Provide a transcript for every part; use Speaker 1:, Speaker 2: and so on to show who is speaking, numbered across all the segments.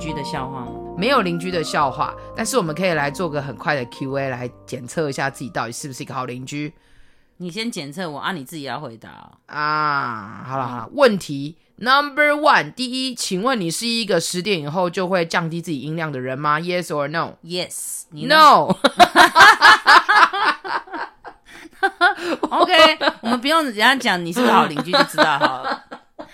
Speaker 1: 居的笑话吗？
Speaker 2: 没有邻居的笑话，但是我们可以来做个很快的 Q&A 来检测一下自己到底是不是一个好邻居。
Speaker 1: 你先检测我啊，你自己要回答
Speaker 2: 好了，问题 No.1， 第一，请问你是一个10点以后就会降低自己音量的人吗？ Yes or no？
Speaker 1: Yes， 你
Speaker 2: 呢 No
Speaker 1: OK， 我们不用人家讲你是不是好邻居就知道好了。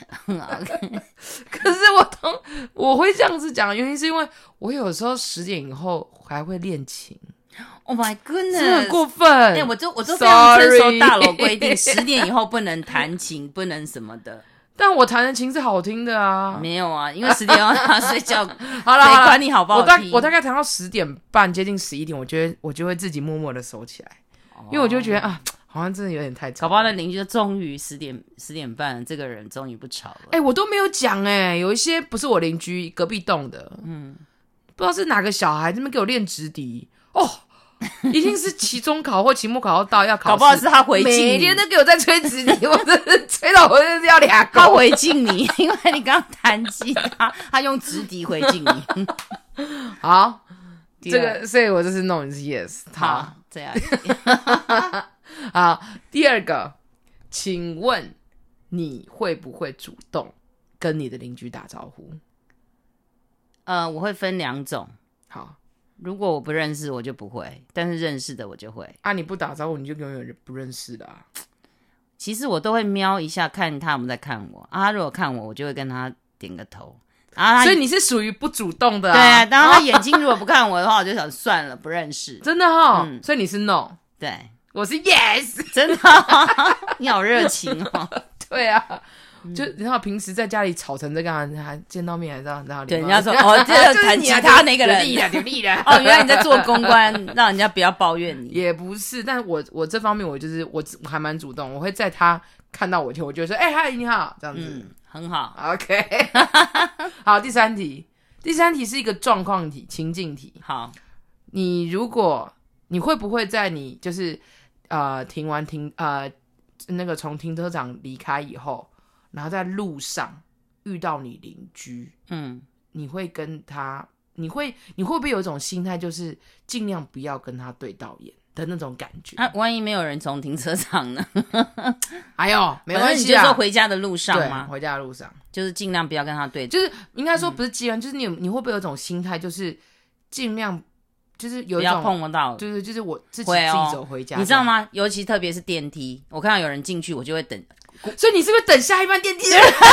Speaker 2: OK， 可是我会这样子讲的原因是因为我有时候10点以后还会练琴。
Speaker 1: Oh my goodness，
Speaker 2: 是很过分。
Speaker 1: 我就非常遵守大楼规定，10点以后不能弹琴，不能什么的。
Speaker 2: 但我弹的琴是好听的啊。
Speaker 1: 没有啊，因为10点要让他睡觉。
Speaker 2: 好了，
Speaker 1: 谁管你好不好听？
Speaker 2: 我大概弹到10点半，接近11点，我就会自己默默的收起来，因为我就觉得好像真的有点太吵。
Speaker 1: 搞不好那邻居就终于10点半，这个人终于不吵了。
Speaker 2: 我都没有讲有一些不是我邻居，隔壁栋的，不知道是哪个小孩这边给我练直笛一定是期中考或期末考到要考试，
Speaker 1: 搞不好是他回敬你，
Speaker 2: 每天都给我在吹直笛，我真的吹到我就是要俩狗。
Speaker 1: 他回敬你，因为你刚刚弹吉他，他用直笛回敬你。
Speaker 2: 好，这个所以我就是 no， 你是 yes。
Speaker 1: 好，这样。
Speaker 2: 好，第二个，请问你会不会主动跟你的邻居打招呼？
Speaker 1: 我会分2种。
Speaker 2: 好。
Speaker 1: 如果我不认识我就不会，但是认识的我就会。
Speaker 2: 你不打招呼你就永远不认识的
Speaker 1: 其实我都会瞄一下看他有没有在看我他如果看我就会跟他点个头
Speaker 2: 所以你是属于不主动的
Speaker 1: 对啊，当他眼睛如果不看我的话我就想算了，不认识。
Speaker 2: 真的所以你是 no。
Speaker 1: 对，
Speaker 2: 我是 yes。
Speaker 1: 真的你好热情
Speaker 2: 对啊，就你知道平时在家里吵成这个还见到面还知道
Speaker 1: 对人家说这个弹吉他那个人
Speaker 2: 有力了
Speaker 1: 原来你在做公关让人家不要抱怨你。
Speaker 2: 也不是，但我这方面我就是我还蛮主动，我会在他看到我前我就会说嗨你好这样子
Speaker 1: 很好。
Speaker 2: OK 好，第三题是一个状况题，情境题。
Speaker 1: 好，
Speaker 2: 你会不会在你就是停完那个从停车场离开以后，然后在路上遇到你邻居，你会跟他，你会不会有一种心态，就是尽量不要跟他对到眼的那种感觉？
Speaker 1: 万一没有人从停车场呢？
Speaker 2: 没关系
Speaker 1: 你就说回家的路上吗？
Speaker 2: 回家的路上
Speaker 1: 就是尽量不要跟他对，
Speaker 2: 就是应该说不是尽量，就是你会不会有一种心态，就是尽量就是有一种
Speaker 1: 不要碰得到，
Speaker 2: 就是我自己走回家，
Speaker 1: 你知道吗？尤其特别是电梯，我看到有人进去，我就会等。
Speaker 2: 所以你是不是等下一班电梯？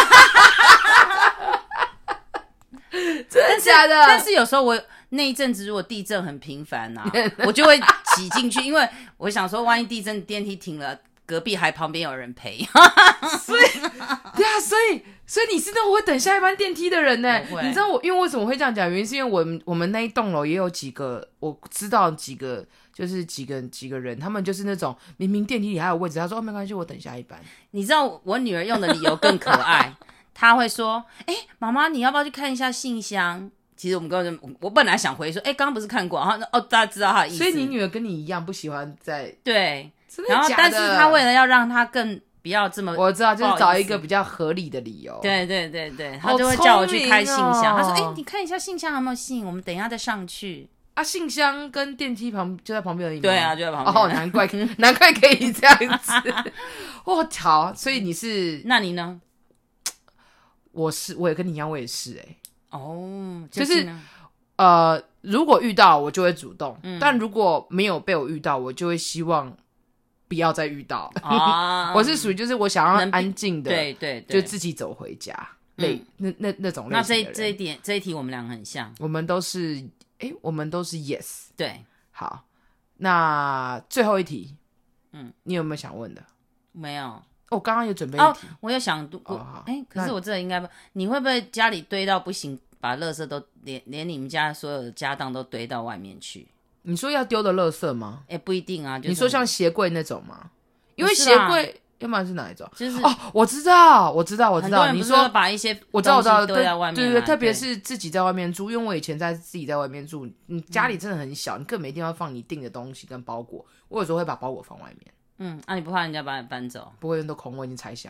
Speaker 2: 真的假的？
Speaker 1: 但是有时候我那一阵子如果地震很频繁我就会挤进去，因为我想说万一地震电梯停了，隔壁还旁边有人陪。
Speaker 2: 所以你是那种会等下一班电梯的人呢？你知道因为为什么会这样讲？原因是因为我们那一栋楼也有几个，我知道几个就是几个人，他们就是那种明明电梯里还有位置，他说没关系，我等下一班。
Speaker 1: 你知道我女儿用的理由更可爱，她会说妈妈你要不要去看一下信箱？其实我本来想回说刚刚不是看过，然后大家知道她的意思。
Speaker 2: 所以你女儿跟你一样不喜欢在
Speaker 1: 对，
Speaker 2: 真的假的？
Speaker 1: 然后但是她为了要让她更不要这么，
Speaker 2: 我知道，就是找一个比较合理的理由。
Speaker 1: 对，她就会叫我去开信箱。她说你看一下信箱有没有信，我们等一下再上去。
Speaker 2: 信箱跟电梯就在旁边而已吗？
Speaker 1: 对啊，就在旁边。
Speaker 2: 难怪可以这样子。好，所以你是？
Speaker 1: 那你呢？
Speaker 2: 我也跟你一样，我也是
Speaker 1: 就是
Speaker 2: 如果遇到我就会主动，但如果没有被我遇到，我就会希望不要再遇到。我是属于就是我想要安静的，
Speaker 1: 对，
Speaker 2: 就自己走回家，那种类型的人。
Speaker 1: 那这一题我们两个很像，
Speaker 2: 我们都是yes。
Speaker 1: 对，
Speaker 2: 好，那最后一题，你有没有想问的？
Speaker 1: 没有。
Speaker 2: 我刚刚有准备一题，
Speaker 1: 我有想可是我这应该不，你会不会家里堆到不行，把垃圾都连你们家所有的家当都堆到外面去？
Speaker 2: 你说要丢的垃圾吗？
Speaker 1: 不一定啊，就是，
Speaker 2: 你说像鞋柜那种吗？因为鞋柜要不然是哪一种？
Speaker 1: 就是
Speaker 2: 我知道。
Speaker 1: 很多人
Speaker 2: 你说
Speaker 1: 把一些
Speaker 2: 我知道
Speaker 1: 堆在外面，
Speaker 2: 对，特别是自己在外面住，因为我以前自己在外面住，你家里真的很小，你根本没地方放你订的东西跟包裹。我有时候会把包裹放外面。
Speaker 1: 你不怕人家把你搬走？
Speaker 2: 不会，都空，我已经拆箱了。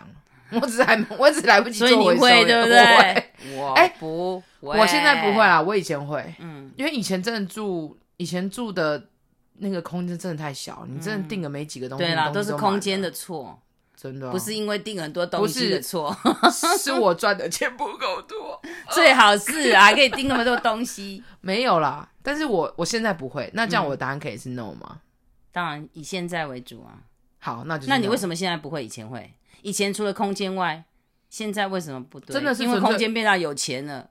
Speaker 2: 我只来不及做
Speaker 1: 所以你
Speaker 2: 回收
Speaker 1: 会对不对？我不会，
Speaker 2: 我现在不会啦，我以前会，因为以前住的那个空间真的太小，你真的订了没几个东西，
Speaker 1: 对啦，
Speaker 2: 都
Speaker 1: 都是空间的错，
Speaker 2: 真的、
Speaker 1: 不是因为订很多东西的错，
Speaker 2: 是我赚的钱不够多，
Speaker 1: 最好是啊，还可以订那么多东西。
Speaker 2: 没有啦，但是我现在不会，那这样我的答案可以是 no 吗？
Speaker 1: 当然以现在为主啊。
Speaker 2: 好，那就是
Speaker 1: 那你
Speaker 2: no
Speaker 1: 为什么现在不会？以前会？以前除了空间外，现在为什么不对？
Speaker 2: 真的是
Speaker 1: 因为空间变大有钱了，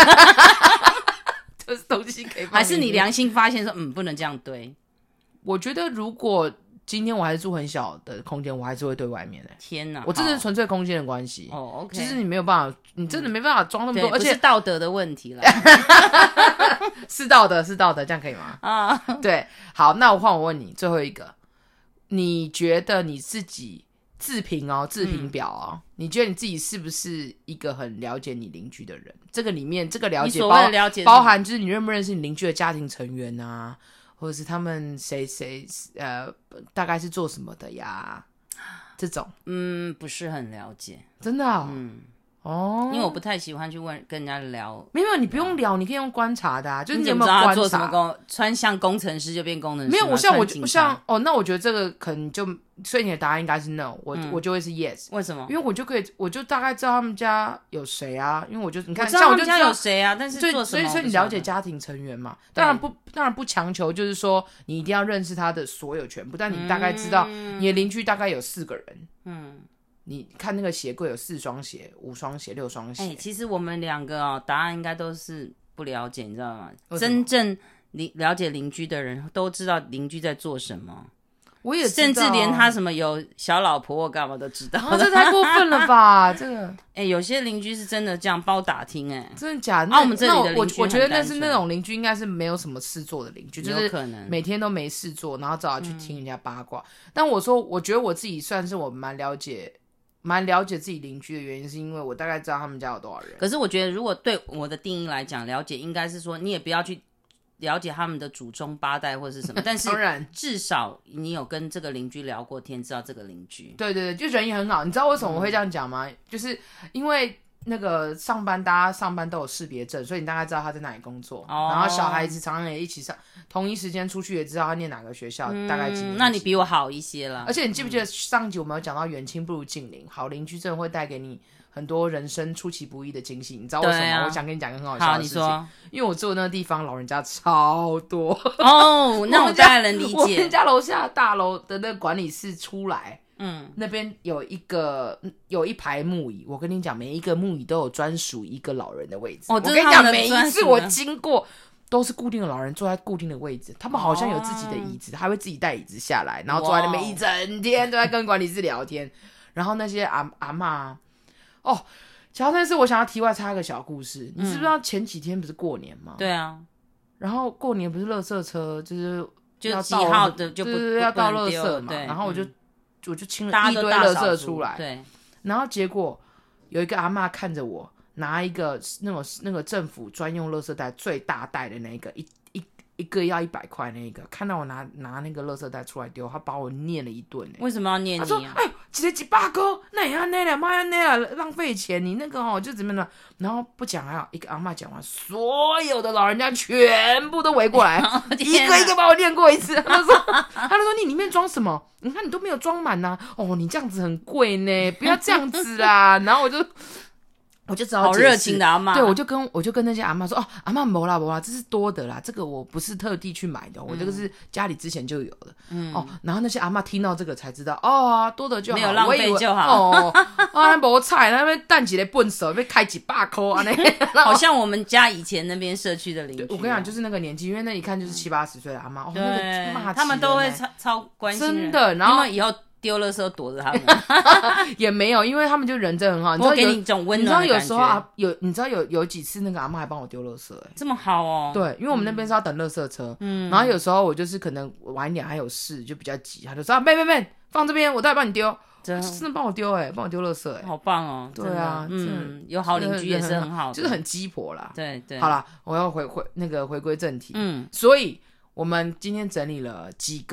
Speaker 2: 就是东西可以放，
Speaker 1: 还是你良心发现说，不能这样堆？
Speaker 2: 我觉得如果今天我还是住很小的空间，我还是会对外面的。
Speaker 1: 天哪，
Speaker 2: 我真的是纯粹空间的关系。
Speaker 1: 哦 ，OK，
Speaker 2: 就是你没有办法，你真的没办法装那么多，而且
Speaker 1: 不是道德的问题了。
Speaker 2: 是道德，这样可以吗？
Speaker 1: 啊，
Speaker 2: 对，好，那我问你最后一个，你觉得你自己自评表哦，你觉得你自己是不是一个很了解你邻居的人？这个里面这个了解
Speaker 1: 你所谓的了解
Speaker 2: 包含就是你认不认识你邻居的家庭成员啊，或者是他们谁大概是做什么的呀？这种
Speaker 1: 不是很了解，
Speaker 2: 真的
Speaker 1: 因为我不太喜欢去跟人家聊。
Speaker 2: 没有，你不用聊，你可以用观察的就是你有
Speaker 1: 怎么知道他
Speaker 2: 没有观察？
Speaker 1: 做什么穿像工程师就变工程师吗？
Speaker 2: 没有，我
Speaker 1: 像
Speaker 2: 那我觉得这个可能就，所以你的答案应该是 no， 我就会是 yes。
Speaker 1: 为什么？
Speaker 2: 因为我就大概知道他们家有谁啊，因为你看，
Speaker 1: 我知道
Speaker 2: 像我就
Speaker 1: 他们家有谁啊，但是做什么？
Speaker 2: 所以你了解家庭成员嘛？当然不强求，就是说你一定要认识他的所有全部，但你大概知道你的邻居大概有4个人，你看那个鞋柜有4双鞋、5双鞋、6双鞋。
Speaker 1: 其实我们2个答案应该都是不了解，你知道吗？真正了解邻居的人都知道邻居在做什么。
Speaker 2: 我也知道，
Speaker 1: 甚至连他什么有小老婆或干嘛都知道。
Speaker 2: 这太过分了吧？这个
Speaker 1: 有些邻居是真的这样包打听
Speaker 2: 真的假的？
Speaker 1: 我们这里的邻居
Speaker 2: 我觉得那是那种邻居应该是没有什么事做的邻居，就是每天都没事做，然后只好去听人家八卦。但我觉得我自己算是我蛮了解自己邻居的原因，是因为我大概知道他们家有多少人。
Speaker 1: 可是我觉得如果对我的定义来讲，了解应该是说你也不要去了解他们的祖宗8代或是什么，但是至少你有跟这个邻居聊过天，知道这个邻居。
Speaker 2: 对，就人也很好。你知道为什么我会这样讲吗？就是因为那个大家上班都有识别证，所以你大概知道他在哪里工作。然后小孩子常常也一起同一时间出去，也知道他念哪个学校，大概几年级。
Speaker 1: 那你比我好一些啦。
Speaker 2: 而且你记不记得上一集我们有讲到远亲不如近邻，好邻居真的会带给你很多人生出其不意的惊喜。你知道为什么？我想跟你讲个很好笑的事情。
Speaker 1: 好，你说。
Speaker 2: 因为我住的那个地方老人家超多
Speaker 1: 那我大概能理解。
Speaker 2: 我们家楼下大楼的那个管理室出来，那边有一排木椅，我跟你讲，每一个木椅都有专属一个老人的位置。我跟你讲，每一次我经过都是固定的老人坐在固定的位置，他们好像有自己的椅子，还会自己带椅子下来，然后坐在那边一整天都在跟管理室聊天。然后那些阿嬷讲到这件事，我想要题外插一个小故事。你知不知道前几天不是过年吗？
Speaker 1: 对啊。
Speaker 2: 然后过年不是垃圾车就
Speaker 1: 几号的就
Speaker 2: 要倒垃圾嘛，然后我就清了一堆垃圾出来。
Speaker 1: 对。
Speaker 2: 然后结果有一个阿嬷看着我拿一个那个政府专用垃圾袋最大袋的那个一个要100块那个，看到我拿那个垃圾袋出来丢，他把我念了一顿。
Speaker 1: 为什么要念你啊？
Speaker 2: 他说：“哎，一个100块，那也要那了，妈呀那了，浪费钱，你那个就怎么样？”然后不讲，还有一个阿嬷讲完，所有的老人家全部都围过来，一个一个把我念过一次。他就说：“你里面装什么？你看你都没有装满呐，你这样子很贵呢，不要这样子啦。”然后我就只好
Speaker 1: 好热情的阿嬷。
Speaker 2: 对，我就跟那些阿嬷说，阿嬷没啦，这是多的啦，这个我不是特地去买的，我这个是家里之前就有的。然后那些阿嬷听到这个才知道，多的就好，
Speaker 1: 没有浪费就好。
Speaker 2: 没菜，那边蛋几个笨手，被开100块
Speaker 1: 好像我们家以前那边社区的邻居。
Speaker 2: 我跟你讲，就是那个年纪，因为那一看就是70、80岁的阿嬷，
Speaker 1: 对，
Speaker 2: 那个
Speaker 1: 他们都会超关心人，
Speaker 2: 真的。然后
Speaker 1: 以后丢垃圾躲着他们
Speaker 2: 也没有，因为他们就人真的很好。
Speaker 1: 我给你一种温暖的感觉。
Speaker 2: 你知道有时候你知道有几次那个阿嬷还帮我丢垃圾，
Speaker 1: 这么好哦。
Speaker 2: 对，因为我们那边是要等垃圾车，然后有时候我就是可能晚一点还有事，就比较急，他就说妹放这边，我待会帮你丢。真的帮我丢帮我丢垃圾
Speaker 1: 好棒哦。
Speaker 2: 对啊，
Speaker 1: 有好邻居也是很好的，
Speaker 2: 就是很鸡婆啦。
Speaker 1: 对。
Speaker 2: 好啦，我要回归正题。所以我们今天整理了几个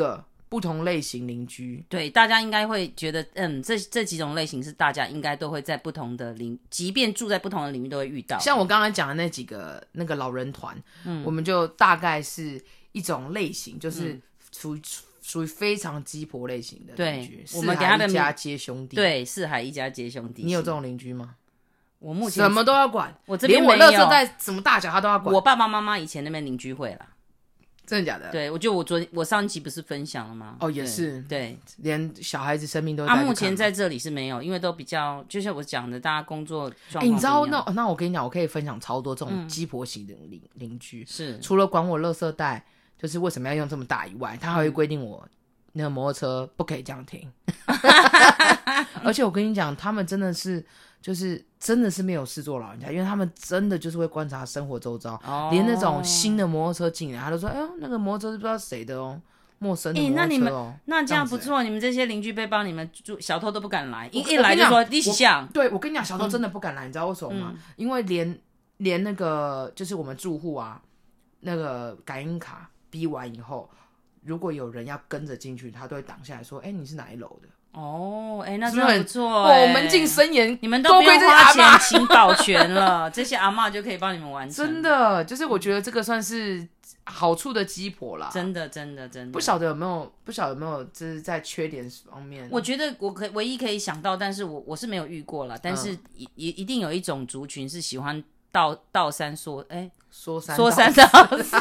Speaker 2: 不同类型邻居。
Speaker 1: 对，大家应该会觉得，这几种类型是大家应该都会在不同的即便住在不同的领域都会遇到。
Speaker 2: 像我刚才讲的那几个那个老人团，我们就大概是一种类型，就是属于非常鸡婆类型的邻居。
Speaker 1: 对，我们给他的
Speaker 2: 四海一家皆兄弟。
Speaker 1: 对，四海一家皆兄弟。
Speaker 2: 你有这种邻居吗？
Speaker 1: 我目前
Speaker 2: 什么都要管，
Speaker 1: 我这边
Speaker 2: 连我垃圾袋什么大小他都要管。
Speaker 1: 我爸爸妈妈以前那边邻居会啦。
Speaker 2: 真的假的？
Speaker 1: 对，我上一集不是分享了吗？
Speaker 2: 哦，也是，
Speaker 1: 对，
Speaker 2: 连小孩子生命都
Speaker 1: 目前在这里是没有，因为都比较，就像我讲的，大家工作状况。
Speaker 2: 你知道那我跟你讲，我可以分享超多这种鸡婆型的邻居，
Speaker 1: 是
Speaker 2: 除了管我垃圾袋，就是为什么要用这么大以外，他还会规定我那个摩托车不可以这样停。而且我跟你讲，他们真的是没有事做老人家，因为他们真的就是会观察生活周遭，连那种新的摩托车进来，他都说：“哎呦，那个摩托车是不知道谁的哦，陌生的摩托车哦。”
Speaker 1: 那这样不错，你们这些邻居被帮你们住，小偷都不敢来，一来就说你是像。
Speaker 2: 对，我跟你讲，小偷真的不敢来，你知道为什么吗？因为连那个就是我们住户啊，那个感应卡逼完以后，如果有人要跟着进去，他都会挡下来说：“哎，你是哪一楼的？”
Speaker 1: 那真的不错
Speaker 2: 我门禁森严，
Speaker 1: 你们都不用花钱请保全了，这些阿嬷就可以帮你们完成。
Speaker 2: 真的，就是我觉得这个算是好处的鸡婆啦。
Speaker 1: 真的。
Speaker 2: 不晓得有没有，就是在缺点方面。
Speaker 1: 我觉得我唯一可以想到，但是我是没有遇过啦，但是一定有一种族群是喜欢倒三说三道四。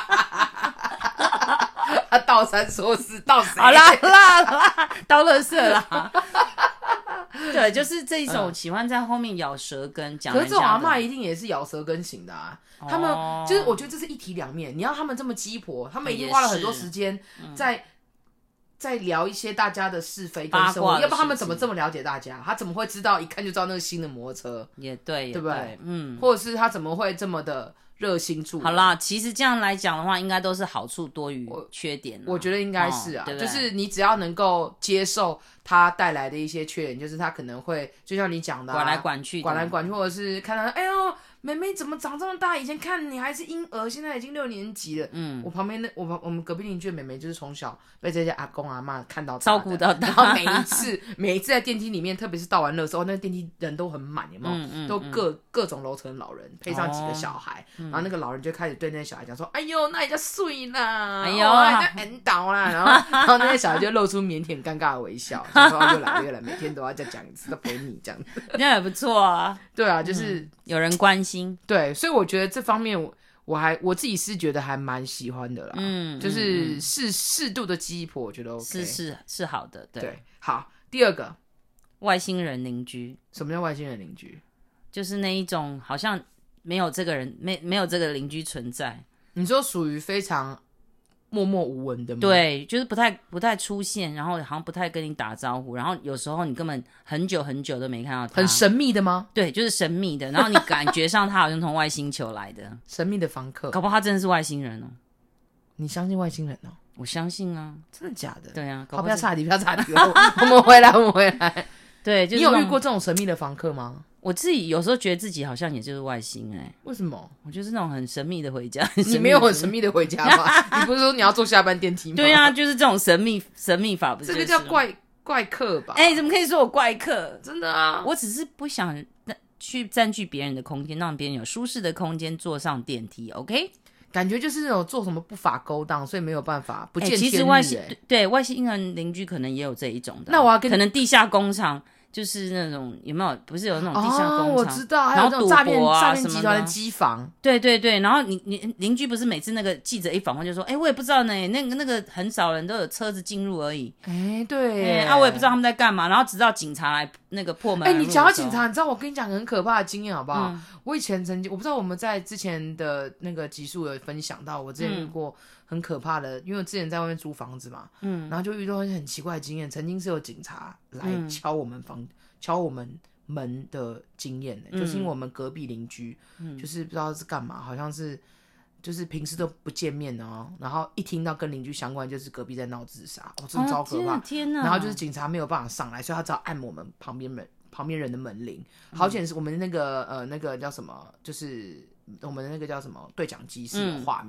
Speaker 2: 倒三说四，倒谁？
Speaker 1: 好啦，倒垃圾啦。对，就是这一种喜欢在后面咬舌根讲人家的。
Speaker 2: 可是这种阿嬷一定也是咬舌根型的啊。他们就是我觉得这是一体两面。你要他们这么鸡婆，他们已经花了很多时间在聊一些大家的是非跟生活，要不然他们怎么这么了解大家？他怎么会知道一看就知道那个新的摩托车？
Speaker 1: 也对，
Speaker 2: 对不对？或者是他怎么会这么的热心助人？
Speaker 1: 好啦，其实这样来讲的话，应该都是好处多于缺点。
Speaker 2: 我觉得应该是啊，
Speaker 1: 对不对？
Speaker 2: 就是你只要能够接受他带来的一些缺点，就是他可能会就像你讲的，
Speaker 1: 管来管去，
Speaker 2: 或者是看到哎呦。妹妹怎么长这么大？以前看你还是婴儿，现在已经6年级了。我旁边我们隔壁邻居的妹妹就是从小被这些阿公阿嬷看到
Speaker 1: 照顾到大，
Speaker 2: 然后每一次在电梯里面，特别是倒完垃圾那个电梯人都很满，有没有？都各种楼层老人，配上几个小孩，然后那个老人就开始对那些小孩讲说：“哎呦，那也叫水啦，哎呦，那叫引导啦。”然后那些小孩就露出腼腆尴尬的微笑，然后又来，每天都要再讲一次，都陪你这样子，
Speaker 1: 那也不错啊。
Speaker 2: 对啊，就是
Speaker 1: 有人关心。
Speaker 2: 对，所以我觉得这方面我自己是觉得还蛮喜欢的啦。就是适度的鸡婆，我觉得 OK，
Speaker 1: 是好的。对，
Speaker 2: 好，第二个
Speaker 1: 外星人邻居。什
Speaker 2: 么叫外星人邻居？
Speaker 1: 就是那一种好像没有这个人没有这个邻居存在。
Speaker 2: 你说属于非常默默无闻的吗？
Speaker 1: 对，就是不太出现，然后好像不太跟你打招呼，然后有时候你根本很久很久都没看到他。
Speaker 2: 很神秘的吗？
Speaker 1: 对，就是神秘的，然后你感觉上他好像从外星球来的
Speaker 2: 神秘的房客，
Speaker 1: 搞不好他真的是外星人哦。
Speaker 2: 你相信外星人哦？
Speaker 1: 我相信啊。
Speaker 2: 真的假的？
Speaker 1: 对啊。
Speaker 2: 好，不要岔题我们回来。对，就是、你有遇过这种神秘的房客吗？
Speaker 1: 我自己有时候觉得自己好像也就是外星
Speaker 2: 为什么？
Speaker 1: 我就是那种很神秘的回家。
Speaker 2: 你没有很神秘的回家吗？你不是说你要坐下班电梯吗？
Speaker 1: 对啊，就是这种神秘法，不是、
Speaker 2: 这个叫怪客吧？
Speaker 1: 怎么可以说我怪客？
Speaker 2: 真的啊，
Speaker 1: 我只是不想去占据别人的空间，让别人有舒适的空间坐上电梯。OK，
Speaker 2: 感觉就是那种做什么不法勾当，所以没有办法不见天日。
Speaker 1: 其实外星人邻居可能也有这一种的。
Speaker 2: 那我要
Speaker 1: 可能地下工厂。就是那种有没有？不是有那种地下工厂？
Speaker 2: 我知道，
Speaker 1: 还有
Speaker 2: 那种诈骗集团的机房。
Speaker 1: 对，然后你邻居不是每次那个记者一访问就说，我也不知道呢，那个很少人都有车子进入而已。
Speaker 2: 对，
Speaker 1: 我也不知道他们在干嘛，然后直到警察来那个破门。
Speaker 2: 你讲到警察，你知道我跟你讲个很可怕的经验好不好？我以前曾经，我不知道我们在之前的那个集数有分享到，我之前遇过很可怕的，因为我之前在外面租房子嘛，然后就遇到一些很奇怪的经验。曾经是有警察来敲我们门的经验就是因为我们隔壁邻居，就是不知道是干嘛，好像是就是平时都不见面然后一听到跟邻居相关，就是隔壁在闹自杀，真的超可怕。
Speaker 1: 天哪！
Speaker 2: 然后就是警察没有办法上来，所以他只好按我们旁边人的门铃。好险是我们那个那个叫什么，就是我们的那个叫什么对讲机是有画面。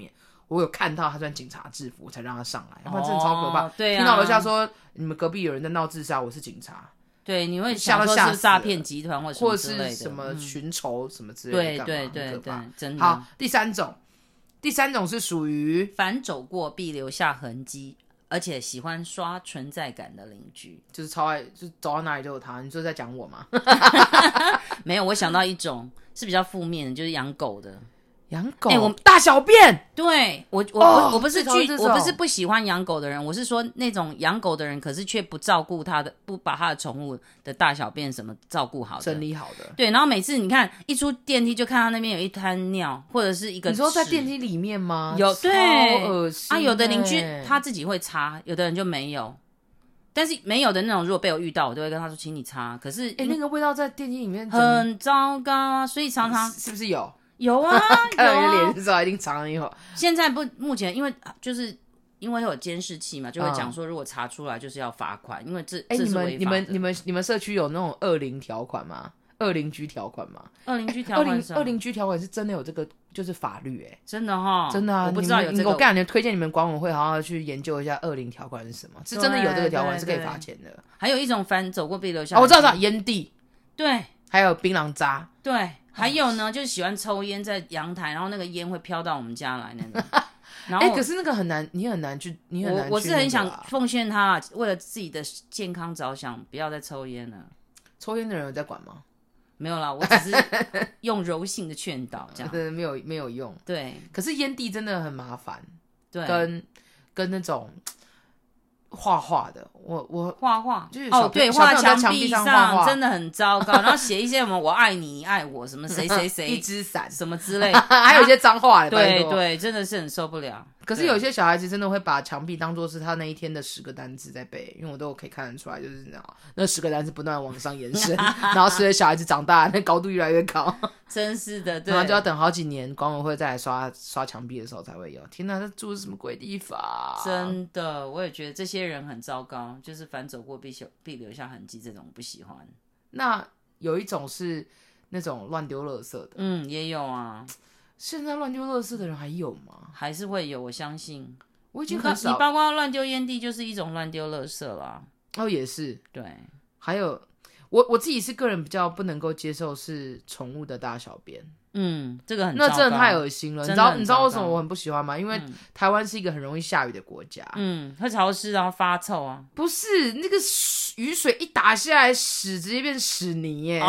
Speaker 2: 我有看到他穿警察制服，我才让他上来，要不然真的超可怕。
Speaker 1: 对啊，
Speaker 2: 听到楼下说你们隔壁有人在闹自杀，我是警察。
Speaker 1: 对，你会想说是诈骗集团或者
Speaker 2: 是什么寻仇什么之类的，
Speaker 1: 对，真的。
Speaker 2: 好，第三种是属于
Speaker 1: 凡走过必留下痕迹，而且喜欢刷存在感的邻居，
Speaker 2: 就是超爱，就走到哪里都有他。你说在讲我吗？
Speaker 1: 没有，我想到一种是比较负面的，就是养狗的。
Speaker 2: 养狗，我大小便。
Speaker 1: 对，我不是不喜欢养狗的人，我是说那种养狗的人，可是却不照顾他的，不把他的宠物的大小便什么照顾好的，
Speaker 2: 整理好的。
Speaker 1: 对，然后每次你看一出电梯就看到那边有一滩尿，或者是一个
Speaker 2: 你说在电梯里面吗？
Speaker 1: 有，对，
Speaker 2: 超恶心
Speaker 1: 有的邻居他自己会擦，有的人就没有。但是没有的那种，如果被我遇到，我都会跟他说，请你擦。可是，
Speaker 2: 那个味道在电梯里面
Speaker 1: 很糟糕啊，所以常常
Speaker 2: 是不是有？
Speaker 1: 有啊，
Speaker 2: 看到你的脸知道一定藏了一会儿。
Speaker 1: 现在目前因为有监视器嘛，就会讲说，如果查出来就是要罚款，因为这是违法的。
Speaker 2: 你们社区有那种20条款吗？20G条款吗
Speaker 1: ？20G条款是
Speaker 2: 20G条款是真的有这个，就是法律
Speaker 1: 真的哈，
Speaker 2: 真的啊，
Speaker 1: 我不知道有这个。
Speaker 2: 我干，推荐你们管委会好好去研究一下20条款是什么，是真的有这个条款是可以罚钱的。
Speaker 1: 还有一种凡走过必留下，
Speaker 2: 我知道烟蒂，
Speaker 1: 对，
Speaker 2: 还有槟榔渣，
Speaker 1: 对。还有呢，就是喜欢抽烟在阳台，然后那个烟会飘到我们家来那种。然后
Speaker 2: 可是那个很难，你很难去。
Speaker 1: 我是很想奉献他，为了自己的健康着想，不要再抽烟了。
Speaker 2: 抽烟的人有在管吗？
Speaker 1: 没有啦，我只是用柔性的劝导，这样
Speaker 2: 没有用。
Speaker 1: 对，
Speaker 2: 可是烟蒂真的很麻烦。
Speaker 1: 对，
Speaker 2: 跟那种。画的，我
Speaker 1: 画
Speaker 2: 就是
Speaker 1: 对，画
Speaker 2: 墙
Speaker 1: 壁
Speaker 2: 上
Speaker 1: 真的很糟糕，然后写一些什么我爱你，你爱我，什么谁谁谁，
Speaker 2: 一只伞
Speaker 1: 什么之类，
Speaker 2: 还有一些脏话，
Speaker 1: 对，真的是很受不了。
Speaker 2: 可是有些小孩子真的会把墙壁当作是他那一天的10个单字在背，因为我都可以看得出来，就是那10个单字不断往上延伸，然后随着小孩子长大，那高度越来越高，
Speaker 1: 真是的，对，
Speaker 2: 然后就要等好几年管委会再来刷墙壁的时候才会有。天哪，这住什么鬼地方？
Speaker 1: 真的，我也觉得这些人很糟糕，就是凡走过必留下痕迹，这种不喜欢。
Speaker 2: 那有一种是那种乱丢垃圾的，
Speaker 1: 也有啊。
Speaker 2: 现在乱丢垃圾的人还有吗？
Speaker 1: 还是会有，我相信。
Speaker 2: 我已经很少。
Speaker 1: 你包括乱丢烟蒂，就是一种乱丢垃圾啦。
Speaker 2: 也是。
Speaker 1: 对。
Speaker 2: 还有，我自己是个人比较不能够接受是宠物的大小便。
Speaker 1: 这个很糟糕，
Speaker 2: 那真的太恶心了。你知道为什么我很不喜欢吗？因为台湾是一个很容易下雨的国家。
Speaker 1: 会潮湿然后发臭啊。
Speaker 2: 不是，那个雨水一打下来，屎直接变屎泥耶。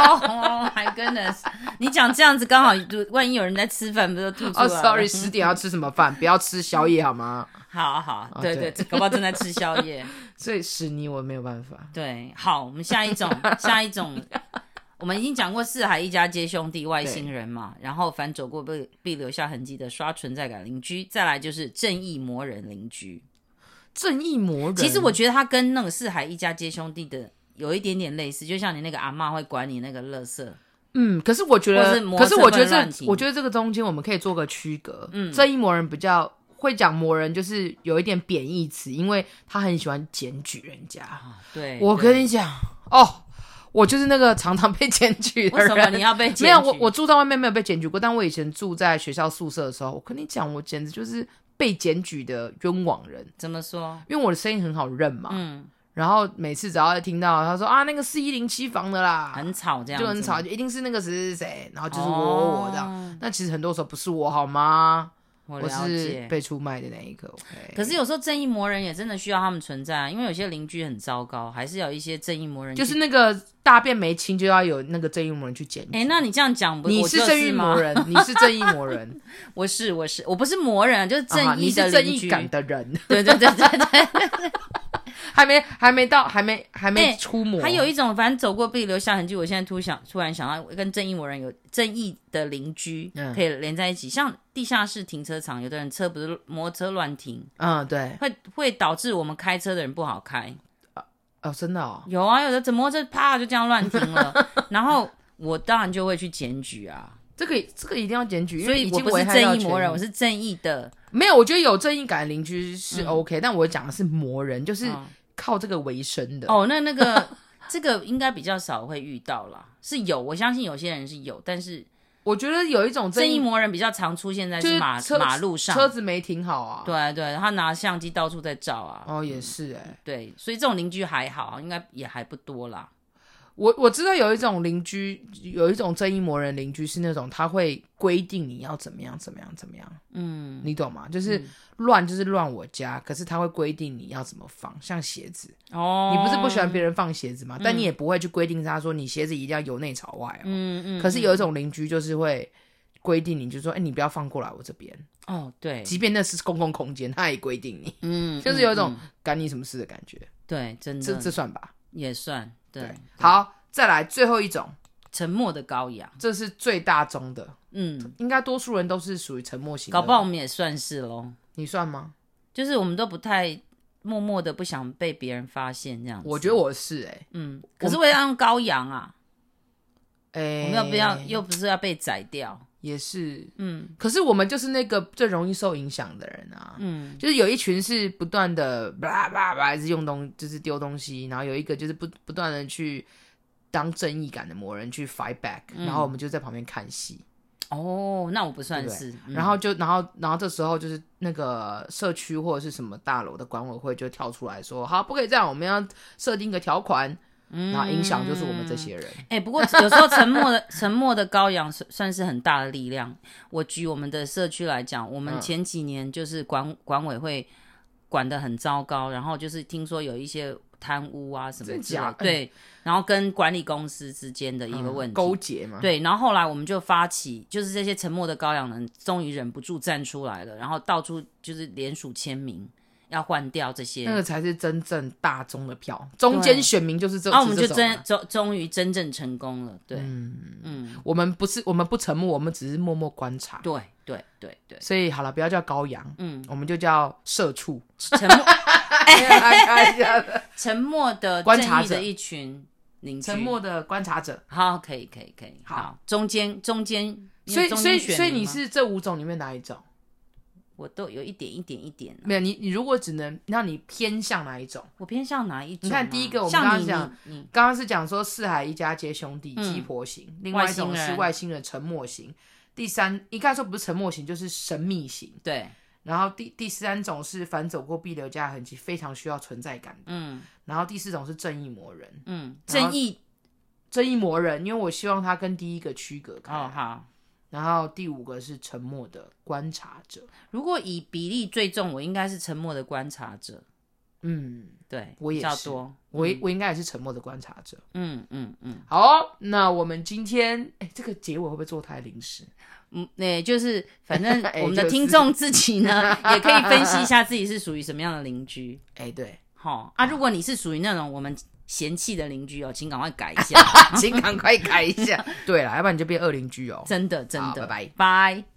Speaker 1: my goodness！ 你讲这样子刚好，万一有人在吃饭，不就吐出来了
Speaker 2: ？Sorry， 10点要吃什么饭？不要吃宵夜好吗？
Speaker 1: 好，对，搞不好正在吃宵夜。
Speaker 2: 所以屎泥我没有办法。
Speaker 1: 对，好，我们下一种。我们已经讲过四海一家皆兄弟外星人嘛，然后凡走过必留下痕迹的刷存在感邻居，再来就是正义魔人邻居。
Speaker 2: 正义魔人，
Speaker 1: 其实我觉得他跟那个四海一家皆兄弟的有一点点类似，就像你那个阿嬷会管你那个垃圾。
Speaker 2: 可是我觉得这个中间我们可以做个区隔。正义魔人比较会讲魔人，就是有一点贬义词，因为他很喜欢检举人家。
Speaker 1: 对，
Speaker 2: 我跟你讲我就是那个常常被检举的人。
Speaker 1: 为什么你要被检举？
Speaker 2: 没有，我住在外面没有被检举过，但我以前住在学校宿舍的时候，我跟你讲，我简直就是被检举的冤枉人。
Speaker 1: 怎么说？
Speaker 2: 因为我的声音很好认嘛。然后每次只要听到他说那个是107房的啦，
Speaker 1: 很吵，这样
Speaker 2: 就很吵，就一定是那个谁，然后就是我这样。但其实很多时候不是我好吗？我是被出卖的那一个。
Speaker 1: 可是有时候正义魔人也真的需要他们存在，因为有些邻居很糟糕，还是有一些正义魔人。
Speaker 2: 就是那个大便没清就要有那个正义魔人去检举。
Speaker 1: 那你这样讲，
Speaker 2: 你是正义魔人，你是正义魔人。
Speaker 1: 我不是魔人，就是正义的邻居，
Speaker 2: 你是正义感的人。
Speaker 1: 对。
Speaker 2: 还没出魔。
Speaker 1: 还有一种，反正走过必留下痕迹。我现在突然想到，跟正义魔人有正义的邻居可以连在一起。像地下室停车场，有的人车不是摩托车乱停，
Speaker 2: 对，
Speaker 1: 会导致我们开车的人不好开。
Speaker 2: 真的哦。
Speaker 1: 有啊，有的摩托车啪就这样乱停了，然后我当然就会去检举啊。
Speaker 2: 这个一定要检举，
Speaker 1: 所以我不是正义魔人，我是正义的。
Speaker 2: 没有，我觉得有正义感的邻居是 OK，但我讲的是魔人，就是靠这个为生的。
Speaker 1: 那个这个应该比较少会遇到啦，是有，我相信有些人是有，但是
Speaker 2: 我觉得有一种
Speaker 1: 正义魔人比较常出现在
Speaker 2: 就是
Speaker 1: 马路上，
Speaker 2: 车子没停好啊。
Speaker 1: 对对，他拿相机到处在照啊。
Speaker 2: 哦，也是
Speaker 1: 对，所以这种邻居还好，应该也还不多啦。
Speaker 2: 我知道有一种邻居，有一种正义魔人邻居是那种他会规定你要怎么样怎么样怎么样，你懂吗？就是乱就是乱我家，可是他会规定你要怎么放，像鞋子你不是不喜欢别人放鞋子吗？但你也不会去规定他说你鞋子一定要由内朝外可是有一种邻居就是会规定你，就说你不要放过来我这边
Speaker 1: 对，
Speaker 2: 即便那是公共空间，他也规定你，就是有一种干你什么事的感觉。
Speaker 1: 对，真的
Speaker 2: 这算吧，
Speaker 1: 也算。对，
Speaker 2: 好，再来最后一种，
Speaker 1: 沉默的羔羊，
Speaker 2: 这是最大宗的。应该多数人都是属于沉默型的。
Speaker 1: 搞不好我们也算是咯。
Speaker 2: 你算吗？
Speaker 1: 就是我们都不太默默的不想被别人发现这样子。
Speaker 2: 我觉得我是
Speaker 1: 可是为了用羔羊啊，我们要不要又不是要被宰掉？
Speaker 2: 也是，可是我们就是那个最容易受影响的人啊，就是有一群是不断的叭叭叭，还是就是丢东西，然后有一个就是不断的去当正义感的魔人去 fight back，然后我们就在旁边看戏。
Speaker 1: 那我不算是，
Speaker 2: 然后这时候就是那个社区或者是什么大楼的管委会就跳出来说，好，不可以这样，我们要设定一个条款。然后影响就是我们这些人。
Speaker 1: 不过有时候沉默的羔羊算是很大的力量。我举我们的社区来讲，我们前几年就是管委会管得很糟糕，然后就是听说有一些贪污啊什么之类的，对，然后跟管理公司之间的一个问题
Speaker 2: 勾结嘛，
Speaker 1: 对，然后后来我们就发起，就是这些沉默的羔羊人终于忍不住站出来了，然后到处就是联署签名。要换掉这些，
Speaker 2: 那个才是真正大众的票，中间选民就是这。
Speaker 1: 我们就终于真正成功了。对，
Speaker 2: 我们不沉默，我们只是默默观察。
Speaker 1: 对。
Speaker 2: 所以好了，不要叫羔羊，我们就叫社畜。
Speaker 1: 沉默，沉默的
Speaker 2: 观察者
Speaker 1: 正义的一群邻居，
Speaker 2: 沉默的观察者。
Speaker 1: 好，可以。好，中间，
Speaker 2: 所以你是这5种里面哪一种？
Speaker 1: 我都有一点。
Speaker 2: 没有你如果只能让你偏向哪一种？
Speaker 1: 我偏向哪一种？
Speaker 2: 你看第一个我们刚刚讲，刚刚是讲说四海一家皆兄弟鸡婆型，另外一种是外星人沉默型，第三应该说不是沉默型就是神秘型，
Speaker 1: 对。
Speaker 2: 然后第三种是反走过必留下痕迹，非常需要存在感的，然后第4种是正义魔人，
Speaker 1: 正义
Speaker 2: 魔人，因为我希望他跟第一个区隔开。
Speaker 1: 好。
Speaker 2: 然后第5个是沉默的观察者。
Speaker 1: 如果以比例最重，我应该是沉默的观察者。对，
Speaker 2: 我也是，
Speaker 1: 比较多。
Speaker 2: 我应该也是沉默的观察者。好，那我们今天这个结尾会不会做太临时？
Speaker 1: 就是反正我们的听众自己呢，也可以分析一下自己是属于什么样的邻居。
Speaker 2: 对，
Speaker 1: 如果你是属于那种我们嫌弃的邻居请赶快改一下，
Speaker 2: 请赶快改一下。对啦，要不然你就变恶邻居哦。
Speaker 1: 真的，
Speaker 2: 拜拜。
Speaker 1: 拜。